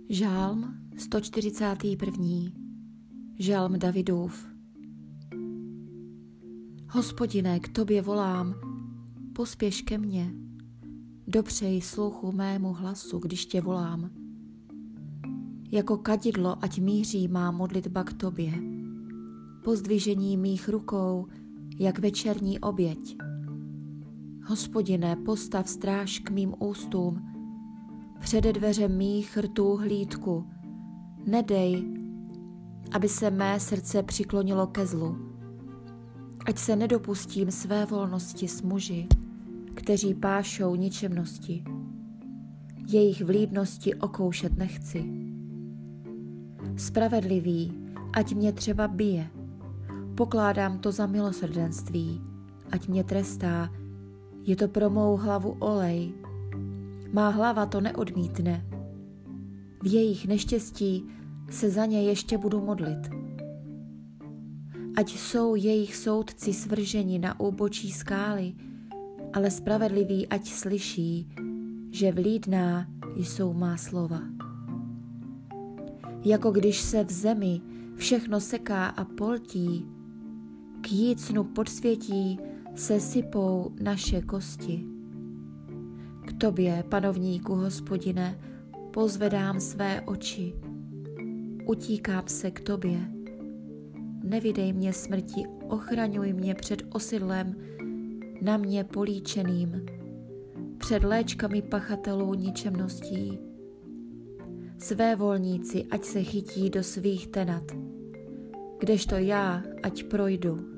Žálm 141. Žálm Davidův. Hospodine, k tobě volám, pospěš ke mně, dopřej sluchu mému hlasu, když tě volám. Jako kadidlo, ať míří má modlitba k tobě, pozdvižení mých rukou, jak večerní oběť. Hospodine, postav stráž k mým ústům, přede dveře mých rtů hlídku, nedej, aby se mé srdce přiklonilo ke zlu. Ať se nedopustím své volnosti s muži, kteří pášou ničemnosti. Jejich vlídnosti okoušet nechci. Spravedlivý, ať mě třeba bije, pokládám to za milosrdenství, ať mě trestá, je to pro mou hlavu olej. Má hlava to neodmítne. V jejich neštěstí se za ně ještě budu modlit. Ať jsou jejich soudci svrženi na úbočí skály, ale spravedlivý ať slyší, že vlídná jsou má slova. Jako když se v zemi všechno seká a poltí, k jícnu podsvětí se sypou naše kosti. K tobě, panovníku Hospodine, pozvedám své oči. Utíkám se k tobě. Nevydej mě smrti, ochraňuj mě před osidlem na mě políčeným, před léčkami pachatelů ničemností. Své volníci ať se chytí do svých tenat, kdežto já ať projdu.